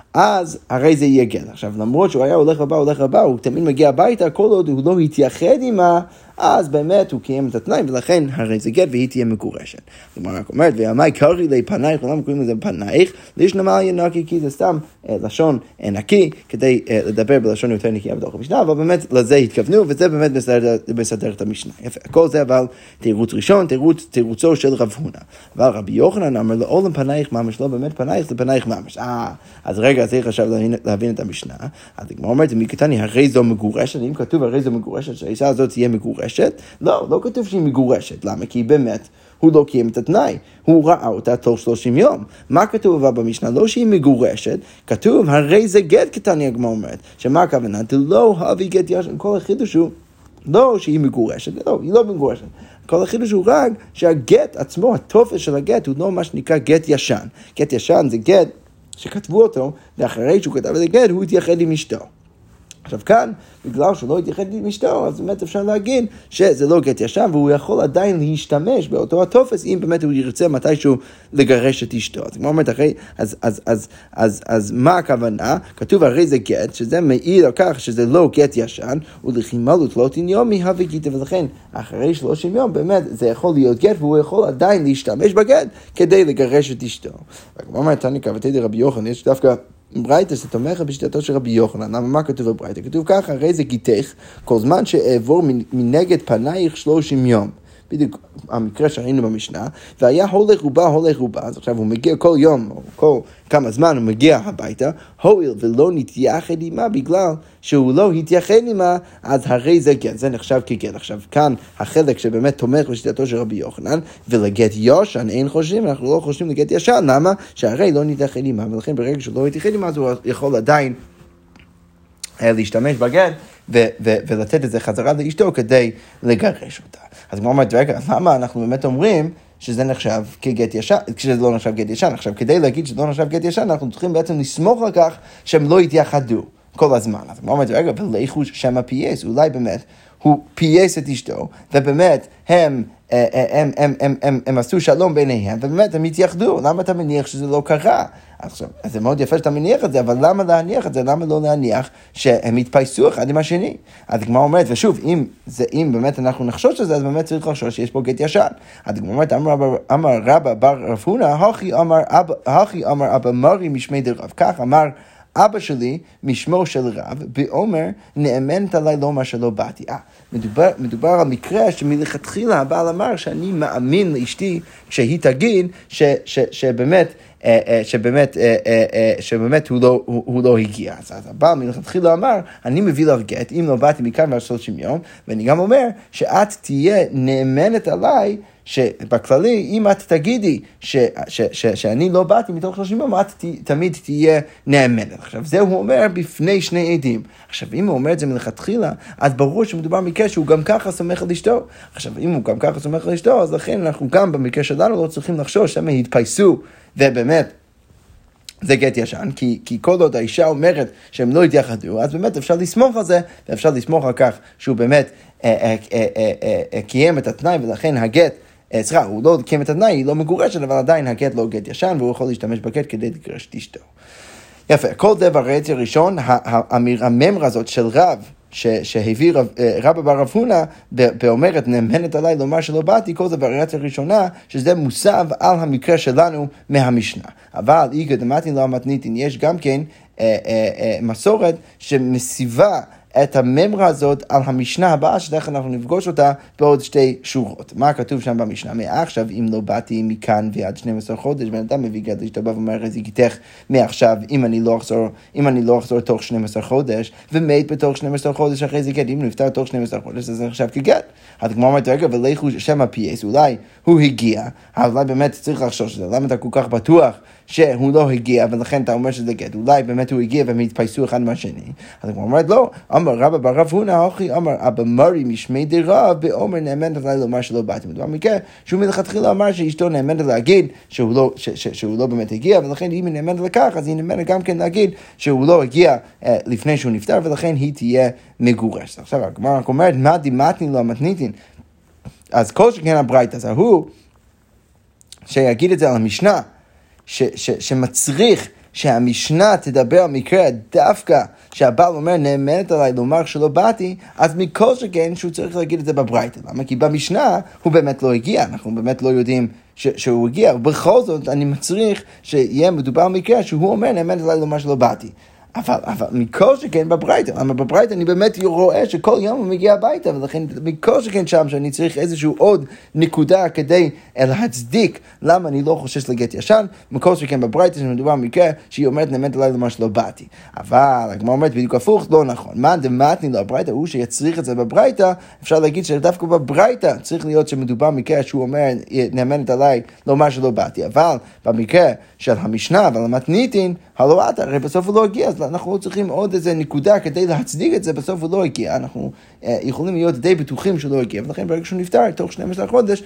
אז הרי זה יהיה גט. עכשיו, למרות שהוא היה הולך ובא, הולך ובא, הוא תמיד מגיע הביתה, כל עוד הוא לא התייחד עמה, אז באמת הוא קיים את התנאי, ולכן הרי זה גט והיא תהיה מגורשת. זאת אומרת, אומרת, והמי קרי לי פנייך, למה קוראים לזה פנייך? לישנמל ינקי, כי זה סתם אה, לשון אה, נקי, כדי אה, לדבר בלשון יותר נקייה בתוך המשנה, אבל באמת לזה התכוונו, וזה באמת מסדר, מסדר את המשנה. יפה, הכל זה אבל תירוץ ראשון, תירוץ, תירוצו של רב הונא. אבל רבי יוחנן אמר לעולם פנייך ממש, לא באמת פנייך, זה פנייך ממש. אה, אז רגע, צריך עכשיו להבין, להבין את המשנה. אז כמו אומרת, מקטני, הרי זו מגורשת, אם כתוב הרי זו מגורשת, שהאישה הזאת תהיה מגורשת, לא, לא כתוב שהיא מגורשת. למה? כי באמת הוא לא קיים את התנאי. הוא ראה אותה תוך שלושים יום. מה כתוב אבל במשנה? לא שהיא מגורשת, כתוב הרי זה גט קטני, כמו אומרת. שמה הכוונה? לא הביא גט ישן. כל החידוש הוא לא שהיא מגורשת, לא, היא לא מגורשת. כל החידוש הוא רק שהגט עצמו, התופס של הגט, הוא לא מה שנקרא גט ישן. גט ישן זה גט שכתבו אותו, ואחרי שהוא כתב את הגט, הוא התייחד עם אשתו. עכשיו כאן, בגלל שהוא לא התייחד עם אשתו, אז באמת אפשר להגיד שזה לא גט ישן, והוא יכול עדיין להשתמש באותו התופס, אם באמת הוא ירצה מתישהו לגרש את אשתו. אז כמו אומרת, אחרי, אז, אז, אז, אז, אז מה הכוונה? כתוב הרי זה גט, שזה מעיד על כך שזה לא גט ישן, ולחימלות לא תניום מהווה גיטה, ולכן אחרי שלושים יום, באמת זה יכול להיות גט, והוא יכול עדיין להשתמש בגט, כדי לגרש את אשתו. וכמו אומרת, אני קבעתי רבי יוחנן, יש דווקא ברייתא שתומך בשיטתו של רבי יוחנן. למה מה כתוב בברייתא? כתוב ככה, הרי זה גיתך, כל זמן שאעבור מנגד פנייך שלושים יום. בדיוק המקרה שראינו במשנה, והיה הולך ובה, הולך ובה, אז עכשיו הוא מגיע כל יום, או כל כמה זמן הוא מגיע הביתה, הואיל ולא נתייחד עמה, בגלל שהוא לא התייחד עמה, אז הרי זה גט, זה נחשב כגט. עכשיו כאן החלק שבאמת תומך בשיטתו של רבי יוחנן, ולגט ישן אין חושבים, אנחנו לא חושבים לגט ישן, למה? שהרי לא נתייחד עמה, ולכן ברגע שהוא לא התייחד עמה, אז הוא יכול עדיין להשתמש בגט, ו- ו- ולתת את זה חזרה לאשתו כדי לגרש אותה. אז כמו אומרת, רגע, למה אנחנו באמת אומרים שזה נחשב כגט ישן, כשזה לא נחשב גט ישן? עכשיו, כדי להגיד שזה לא נחשב גט ישן, אנחנו צריכים בעצם לסמוך על כך שהם לא יתייחדו כל הזמן. אז כמו אומרת, רגע, ולכו שמה פייס, אולי באמת הוא פייס את אשתו, ובאמת הם, הם, הם, הם, הם, הם, הם עשו שלום ביניהם, ובאמת הם התייחדו. למה אתה מניח שזה לא קרה? עכשיו, אז זה מאוד יפה שאתה מניח את זה, אבל למה להניח את זה? למה לא להניח שהם יתפייסו אחד עם השני? אז הגמרא אומרת, ושוב, אם, זה, אם באמת אנחנו נחשוש את זה, אז באמת צריך לחשוש שיש פה גט ישן. אז הגמרא אומרת, אמר, אמר רבא בר רב הונא, הכי אמר, הכי אמר אבא מרי משמי דרב. כך אמר אבא שלי משמו של רב, באומר, נאמנת עליי לא מה שלא באתי. אה, מדובר, מדובר על מקרה שמלכתחילה הבעל אמר שאני מאמין לאשתי כשהיא תגיד ש, ש, שבאמת, שבאמת, שבאמת הוא לא, הוא, הוא לא הגיע. אז הבעל מלכתחילה אמר, אני מביא לך גט, אם לא באתי מכאן ועד שלושים יום, ואני גם אומר שאת תהיה נאמנת עליי, שבכללי, אם את תגידי ש, ש, ש, שאני לא באתי מתוך שלושים יום, את ת, תמיד תהיה נאמנת. עכשיו, זה הוא אומר בפני שני עדים. עכשיו, אם הוא אומר את זה מלכתחילה, אז ברור שמדובר מקרה שהוא גם ככה סומך על אשתו. עכשיו, אם הוא גם ככה סומך על אשתו, אז לכן אנחנו גם במקרה שלנו לא צריכים לחשוש שהם התפייסו, ובאמת, זה גט ישן, כי, כי כל עוד האישה אומרת שהם לא התייחדו, אז באמת אפשר לסמוך על זה, ואפשר לסמוך על כך שהוא באמת אה, אה, אה, אה, אה, אה, קיים את התנאי, ולכן הגט, סליחה, הוא לא קיים את התנאי, היא לא מגורשת, אבל עדיין הגט לא גט ישן, והוא יכול להשתמש בגט כדי לגרש את אשתו. יפה, כל זה ברייתא ראשון, הממרה הזאת של רב, שהביא רבא בר רב הונא, באומרת נאמנת עליי לומר שלא באתי, כל זה ברייתא ראשונה, שזה מוסב על המקרה שלנו מהמשנה. אבל איגא דמתניא לא מתניתין, יש גם כן מסורת שמסיבה את הממרה הזאת על המשנה הבאה, שדרך אנחנו נפגוש אותה בעוד שתי שורות. מה כתוב שם במשנה? מעכשיו, אם לא באתי מכאן ועד שנים עשר חודש, בן אדם מביא גט לאשתו ואומר, אז יגיתך מעכשיו, אם אני לא אחזור, אם אני לא אחזור תוך שנים עשר חודש, ומת בתוך שנים עשר חודש אחרי זה גט, אם נפטר תוך שנים עשר חודש, אז זה נחשב כגט. אז כמו אומרת, רגע, ולכו שם הפייס, אולי הוא הגיע, אבל אולי באמת צריך לחשוש את זה. למה אתה כל כך בטוח שהוא לא הגיע, ולכן אתה אומר שזה גט? אולי באמת הוא הגיע והם התפייסו אחד מהשני. אז כמו אומרת, לא, אמר רבא בר רב הונא, הכי אמר אבא מרי משמי דרב, באומר נאמנת עליי לומר שלא באתי. מדובר מכך שהוא מלכתחילה אמר שאשתו נאמנת להגיד שהוא לא, ש, ש, שהוא לא באמת הגיע, ולכן אם היא נאמנת לכך, אז היא נאמנת גם כן להגיד שהוא לא הגיע אה, לפני שהוא נפטר, ולכן היא תהיה מגורשת. עכשיו, הגמרא רק אומרת, מה דמתניא לא מתניתין? אז כל שכן הברייתא, אז הוא שיגיד את זה על המשנה, ש, ש, שמצריך שהמשנה תדבר על מקרה דווקא שהבעל אומר נאמנת עליי לומר שלא באתי, אז מכל שכן שהוא צריך להגיד את זה בברייתא. למה? כי במשנה הוא באמת לא הגיע, אנחנו באמת לא יודעים ש- שהוא הגיע, ובכל זאת אני מצריך שיהיה מדובר על מקרה שהוא אומר נאמנת עליי לומר שלא באתי. אבל, אבל מכל שכן בברייתא, למה בברייתא אני באמת רואה שכל יום הוא מגיע הביתה, ולכן מכל שכן שם שאני צריך איזשהו עוד נקודה כדי להצדיק למה אני לא חושש לגט ישן, מכל שכן בברייתא שמדובר במקרה שהיא אומרת נאמנת עליי לומר שלא באתי. אבל הגמרא אומרת בדיוק הפוך, לא נכון. מה דמתני לו הברייתא הוא שיצריך את זה בברייתא, אפשר להגיד שדווקא בברייתא צריך להיות שמדובר במקרה שהוא אומר נאמנת עליי לומר שלא באתי, אבל במקרה של המשנה אבל המתניתין, הלא אתה, הרי בסוף הוא לא הגיע, אז אנחנו לא צריכים עוד איזה נקודה כדי להצדיק את זה, בסוף הוא לא הגיע, אנחנו אה, יכולים להיות די בטוחים שהוא לא הגיע, ולכן ברגע שהוא נפטר תוך שנים עשר חודש,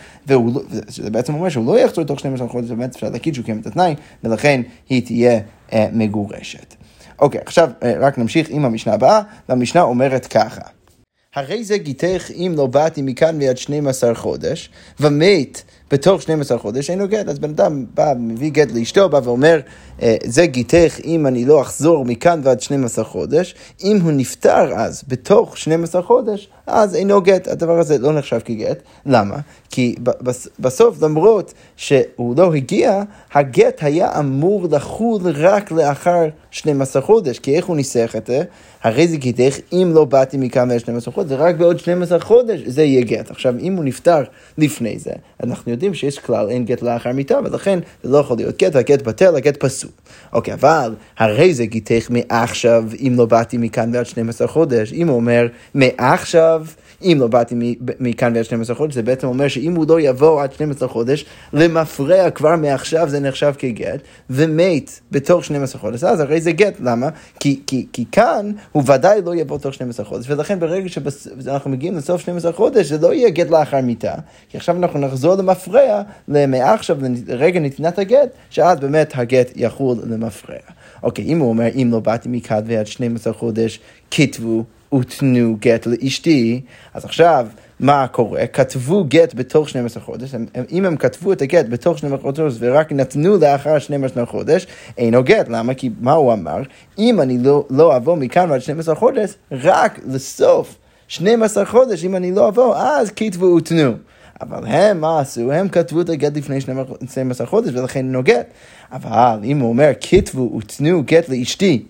וזה בעצם אומר שהוא לא יחזור תוך שנים עשר חודש, באמת אפשר להגיד שהוא קיים את התנאי, ולכן היא תהיה אה, מגורשת. אוקיי, עכשיו אה, רק נמשיך עם המשנה הבאה, והמשנה אומרת ככה. הרי זה גיתך אם לא באתי מכאן ועד שנים עשר חודש, ומת בתוך שנים עשר חודש, אינו גט. אז בן אדם בא, מביא גט לאשתו, בא ואומר, זה גיתך אם אני לא אחזור מכאן ועד שנים עשר חודש, אם הוא נפטר אז בתוך שנים עשר חודש, אז אינו גט. הדבר הזה לא נחשב כגט. למה? כי בסוף, למרות שהוא לא הגיע, הגט היה אמור לחול רק לאחר שנים עשר חודש, כי איך הוא ניסח את זה? הרי זה גיתך אם לא באתי מכאן ועד שנים עשר חודש, זה רק בעוד שנים עשר חודש, זה יהיה גט. עכשיו, אם הוא נפטר לפני זה, אנחנו יודעים שיש כלל, אין גט לאחר מיתה, ולכן זה לא יכול להיות גט, הגט בטל, הגט פסול. אוקיי, אבל הרי זה גיתך מעכשיו, אם לא באתי מכאן ועד שנים עשר חודש, אם הוא אומר מעכשיו, אם לא באתי מכאן ועד שנים עשר חודש, זה בעצם אומר שאם הוא לא יבוא עד שנים עשר חודש, למפרע כבר מעכשיו זה נחשב כגט, ומת בתוך שנים עשר חודש, אז הרי זה גט. למה? כי, כי, כי כאן הוא ודאי לא יבוא תוך שנים עשר חודש, ולכן ברגע שאנחנו מגיעים לסוף שנים עשר חודש, זה לא יהיה גט לאחר מיתה, כי עכשיו אנחנו נחזור למפרע, למעכשיו, לרגע נתינת הגט, שאז באמת הגט יחול למפרע. אוקיי, אם הוא אומר, אם לא באתי מכאן ועד שנים עשר חודש, כתבו ותנו גט לאשתי, אז עכשיו, מה קורה? כתבו גט בתוך שנים עשר חודש, הם, אם הם כתבו את הגט בתוך שנים עשר חודש ורק נתנו לאחר שנים עשר חודש, אינו גט. למה? כי מה הוא אמר? אם אני לא, לא אבוא מכאן ועד שנים עשר חודש, רק לסוף שנים עשר חודש, אם אני לא אבוא, אז כתבו ותנו. אבל הם, מה עשו? הם כתבו את הגט לפני שנים עשר חודש, ולכן אינו גט. אבל אם הוא אומר, כתבו ותנו גט לאשתי,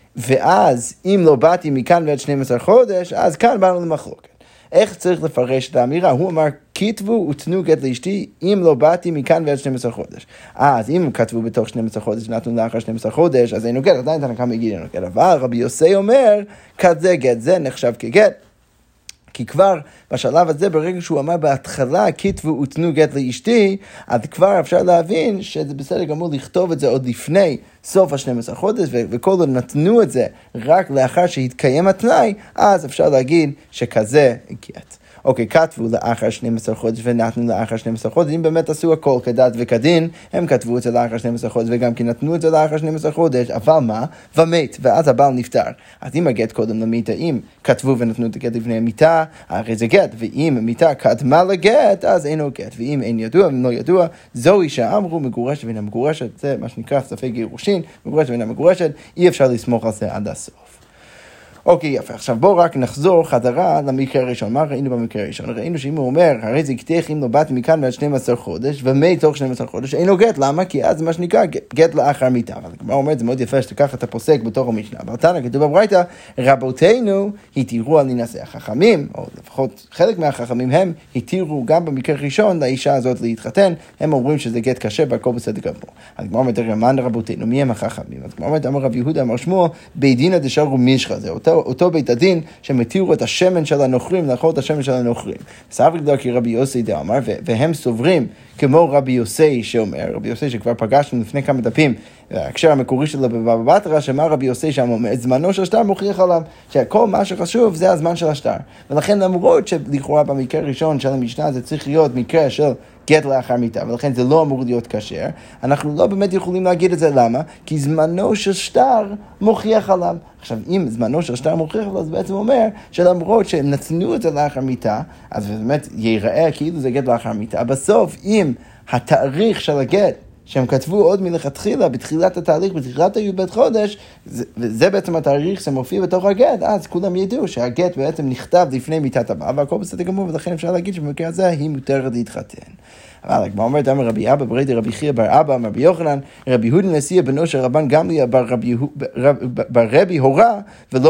ואז אם לא באתי מכאן ועד שנים עשר חודש, אז כאן באנו למחלוקת. איך צריך לפרש את האמירה? הוא אמר, כתבו ותנו גט לאשתי, אם לא באתי מכאן ועד שנים עשר חודש. אז אם הם כתבו בתוך שנים עשר חודש, נתנו לאחר שנים עשר חודש, אז אינו גט, עדיין תנא קמא יגיד אינו גט. אבל רבי יוסי אומר, כזה גט, זה נחשב כגט. כי כבר בשלב הזה, ברגע שהוא אמר בהתחלה, כתבו ותנו גט לאשתי, אז כבר אפשר להבין שזה בסדר גמור לכתוב את זה עוד לפני סוף ה-שנים עשר חודש, וכל עוד נתנו את זה רק לאחר שהתקיים התנאי, אז אפשר להגיד שכזה גט. אוקיי, כתבו לאחר שנים עשר חודש ונתנו לאחר שנים עשר חודש, אם באמת עשו הכל כדת וכדין, הם כתבו את זה לאחר שנים עשר חודש, וגם כי נתנו את זה לאחר שנים עשר חודש, אבל מה? ומת, ואז הבעל נפטר. אז אם הגט קודם למיתה, אם כתבו ונתנו את הגט לפני המיתה, הרי זה גט, ואם המיתה קדמה לגט, אז אינו גט, ואם אין ידוע, ואם לא ידוע, זו אישה אמרו מגורשת ואינה מגורשת, זה מה שנקרא ספק גירושין, מגורשת ואינה מגורשת, אי אפשר לסמוך על זה עד הסוף. אוקיי, יפה. עכשיו בואו רק נחזור חזרה למקרה הראשון. מה ראינו במקרה הראשון? ראינו שאם הוא אומר, הרי זה גיתך אם לא באתי מכאן ועד שנים עשר חודש, ומת תוך שנים עשר חודש, אינו גט. למה? כי אז מה שנקרא גט לאחר מיתה. אבל הגמרא אומרת, זה מאוד יפה שתיקח את הפוסק בתוך המשנה. אבל תנא כתוב בברייתא, רבותינו התירו על להינשא. החכמים, או לפחות חלק מהחכמים, הם התירו גם במקרה הראשון לאישה הזאת להתחתן. הם אומרים שזה גט קשה, והכל בסדר גמור. אז הגמרא אומרת, רמן רבותינו, מי הם החכמים? אז הגמרא אומרת, אמר רב יהודה, אמר שמואל, בדינא דשארו מישחא. זה אותו אותו בית הדין שמתירו את השמן של הנוכרים, לאכול את השמן של הנוכרים. סבר גדול כי רבי יוסי דאמר, והם סוברים כמו רבי יוסי שאומר, רבי יוסי שכבר פגשנו לפני כמה דפים, ההקשר המקורי שלו בבבא בתרא, שאמר רבי יוסי שם אומר, זמנו של השטר מוכיח עליו, שכל מה שחשוב זה הזמן של השטר. ולכן למרות שלכאורה במקרה הראשון של המשנה זה צריך להיות מקרה של גט לאחר מיתה, ולכן זה לא אמור להיות כשר, אנחנו לא באמת יכולים להגיד את זה. למה? כי זמנו של שטר מוכיח עליו. עכשיו, אם זמנו של שטר מוכיח עליו, זה בעצם אומר שלמרות שהם נתנו את זה לאחר מיתה, אז באמת ייראה כאילו זה גט לאחר מיתה. בסוף, אם התאריך של הגט שהם כתבו עוד מלכתחילה, בתחילת התהליך, בתחילת הי"ב חודש, זה, וזה בעצם התאריך שמופיע בתוך הגט, אז כולם ידעו שהגט בעצם נכתב לפני מיתת הבעל, והכל בסדר גמור, ולכן אפשר להגיד שבמקרה הזה היא מותרת להתחתן. אבל הגמרא אומרת, אמר רבי אבא ברי דרבי חייא בר אבא, אמר רבי יוחנן, רבי יהודה נשיא בנו של רבן גמליאל בר רבי הורה,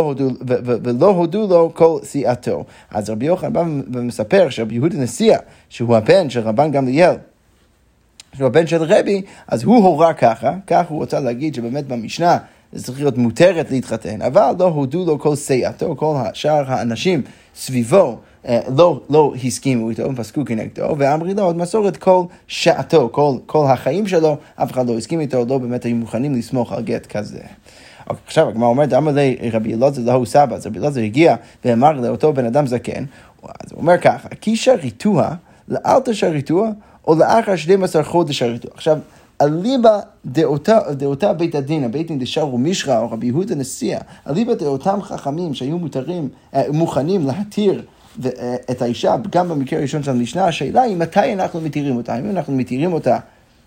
ולא הודו לו כל סיעתו. אז רבי יוחנן בא ומספר שרבי יהודה נשיא, שהוא הבן של רבן גמליאל, שהוא הבן של רבי, אז הוא הורה ככה, כך הוא רוצה להגיד שבאמת במשנה זה צריך להיות מותרת להתחתן, אבל לא הודו לו כל סיעתו, כל שאר האנשים סביבו, לא, לא הסכימו איתו, פסקו כנגדו, ואמרי לו עוד מסורת כל שעתו, כל, כל החיים שלו, אף אחד לא הסכים איתו, לא באמת היו מוכנים לסמוך על גט כזה. עכשיו, הגמרא אומרת, אמר לי רבי אלעזר להו סבא, אז רבי אלעזר הגיע ואמר לאותו בן אדם זקן, אז הוא אומר ככה, כי שריתוה, לאל תשריתוה, או לאחר שנים עשר חודש שריתוה. עכשיו, אליבא דאותה, דאותה בית הדין, הבית דין דשארו מישרא, או רבי יהודה נשיא, אליבא דאותם חכמים שהיו מותרים, מוכנים להתיר את האישה, גם במקרה הראשון של המשנה, השאלה היא מתי אנחנו מתירים אותה, אם אנחנו מתירים אותה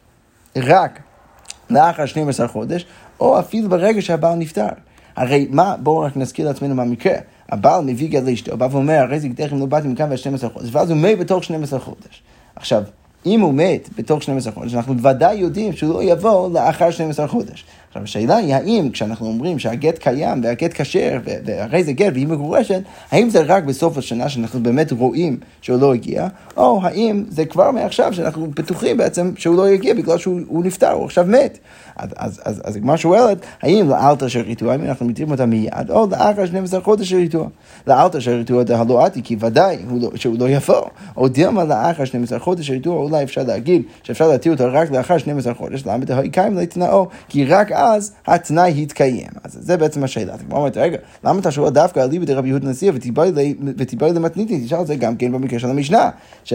רק לאחר שנים עשר חודש, או אפילו ברגע שהבעל נפטר. הרי מה, בואו רק נזכיר לעצמנו מהמקרה, הבעל מביא גט לאשתו, בא ואומר, הרי זה גדך אם לא באתי מכאן ב-שנים עשר חודש, ואז הוא מת בתוך שנים עשר חודש. עכשיו, אם הוא מת בתוך שנים עשר חודש, אנחנו בוודאי יודעים שהוא לא יבוא לאחר שנים עשר חודש. עכשיו, השאלה היא, האם כשאנחנו אומרים שהגט קיים והגט כשר, והרי זה גט והיא מגורשת, האם זה רק בסוף השנה שאנחנו באמת רואים שהוא לא הגיע, או האם זה כבר מעכשיו שאנחנו בטוחים בעצם שהוא לא יגיע בגלל שהוא נפטר, הוא עכשיו מת. אז, אז, אז, אז כמו שואלת, האם לאלתר שריתוה, האם אנחנו מתירים אותה מיד, או לאחר שנים עשר חודש שריתוה. לאלתר שריתוה דהלואתי, כי ודאי הוא לא, שהוא לא יבוא, או דילמה לאחר שנים עשר חודש שריתוה, אולי אפשר להגיד שאפשר להתיר אותה רק לאחר שנים עשר חודש, למה דהיקיים לתנאו, כי רק אז התנאי התקיים. אז זה בעצם השאלה. אתה אומרת, רגע, למה אתה שואל דווקא אליבא דרבי יהודה נשיא ותיבא לי למתניתית? תשאל את זה גם כן במקרה של המשנה,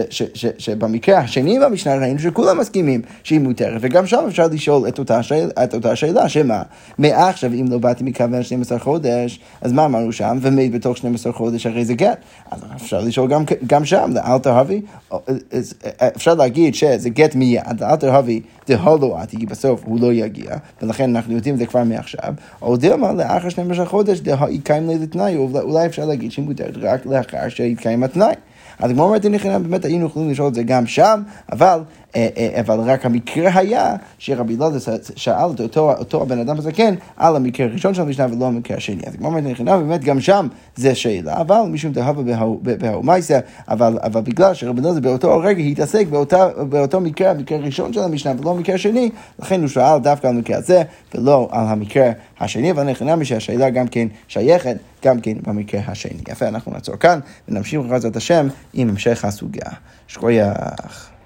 שבמקרה השני במשנה ראינו שכולם מסכימים שהיא מותרת, וגם שם אפשר לשאול את אותה שאלה, את אותה שאלה, שמה? מעכשיו אם לא באתי מכוון שנים עשר חודש, אז מה אמרנו שם? ומת בתוך שנים עשר חודש, הרי זה גט. אז אפשר לשאול גם, גם שם, לאל תהבי, אפשר להגיד שזה גט מיד, לאל תהבי דהלואתי, כי בסוף הוא לא יגיע, ולכן אנחנו יודעים את זה כבר מעכשיו, או דילמה, לאחר שנים עשר חודש, דהיקיים לתנאי, אולי אפשר להגיד שהיא מותרת רק לאחר שהתקיים התנאי. אז כמו אומרת, נכנע, באמת היינו יכולים לשאול את זה גם שם, אבל, אבל רק המקרה היה שרבי אלעזר שאל את אותו, אותו הבן אדם הזקן על המקרה הראשון של המשנה ולא המקרה השני. אז כמו אומרת, נכנע, באמת גם שם זה שאלה, אבל משום דהבה בהאומייסיה, אבל, אבל בגלל שרבי אלעזר באותו רגע התעסק באותה, באותו מקרה, המקרה הראשון של המשנה ולא המקרה השני, לכן הוא שאל דווקא על המקרה הזה ולא על המקרה השני, אבל נכנע שהשאלה גם כן שייכת, גם כן במקרה השני. יפה, אנחנו נעצור כאן ונמשיך בעזרת השם עם המשך הסוגיה. שכוייח.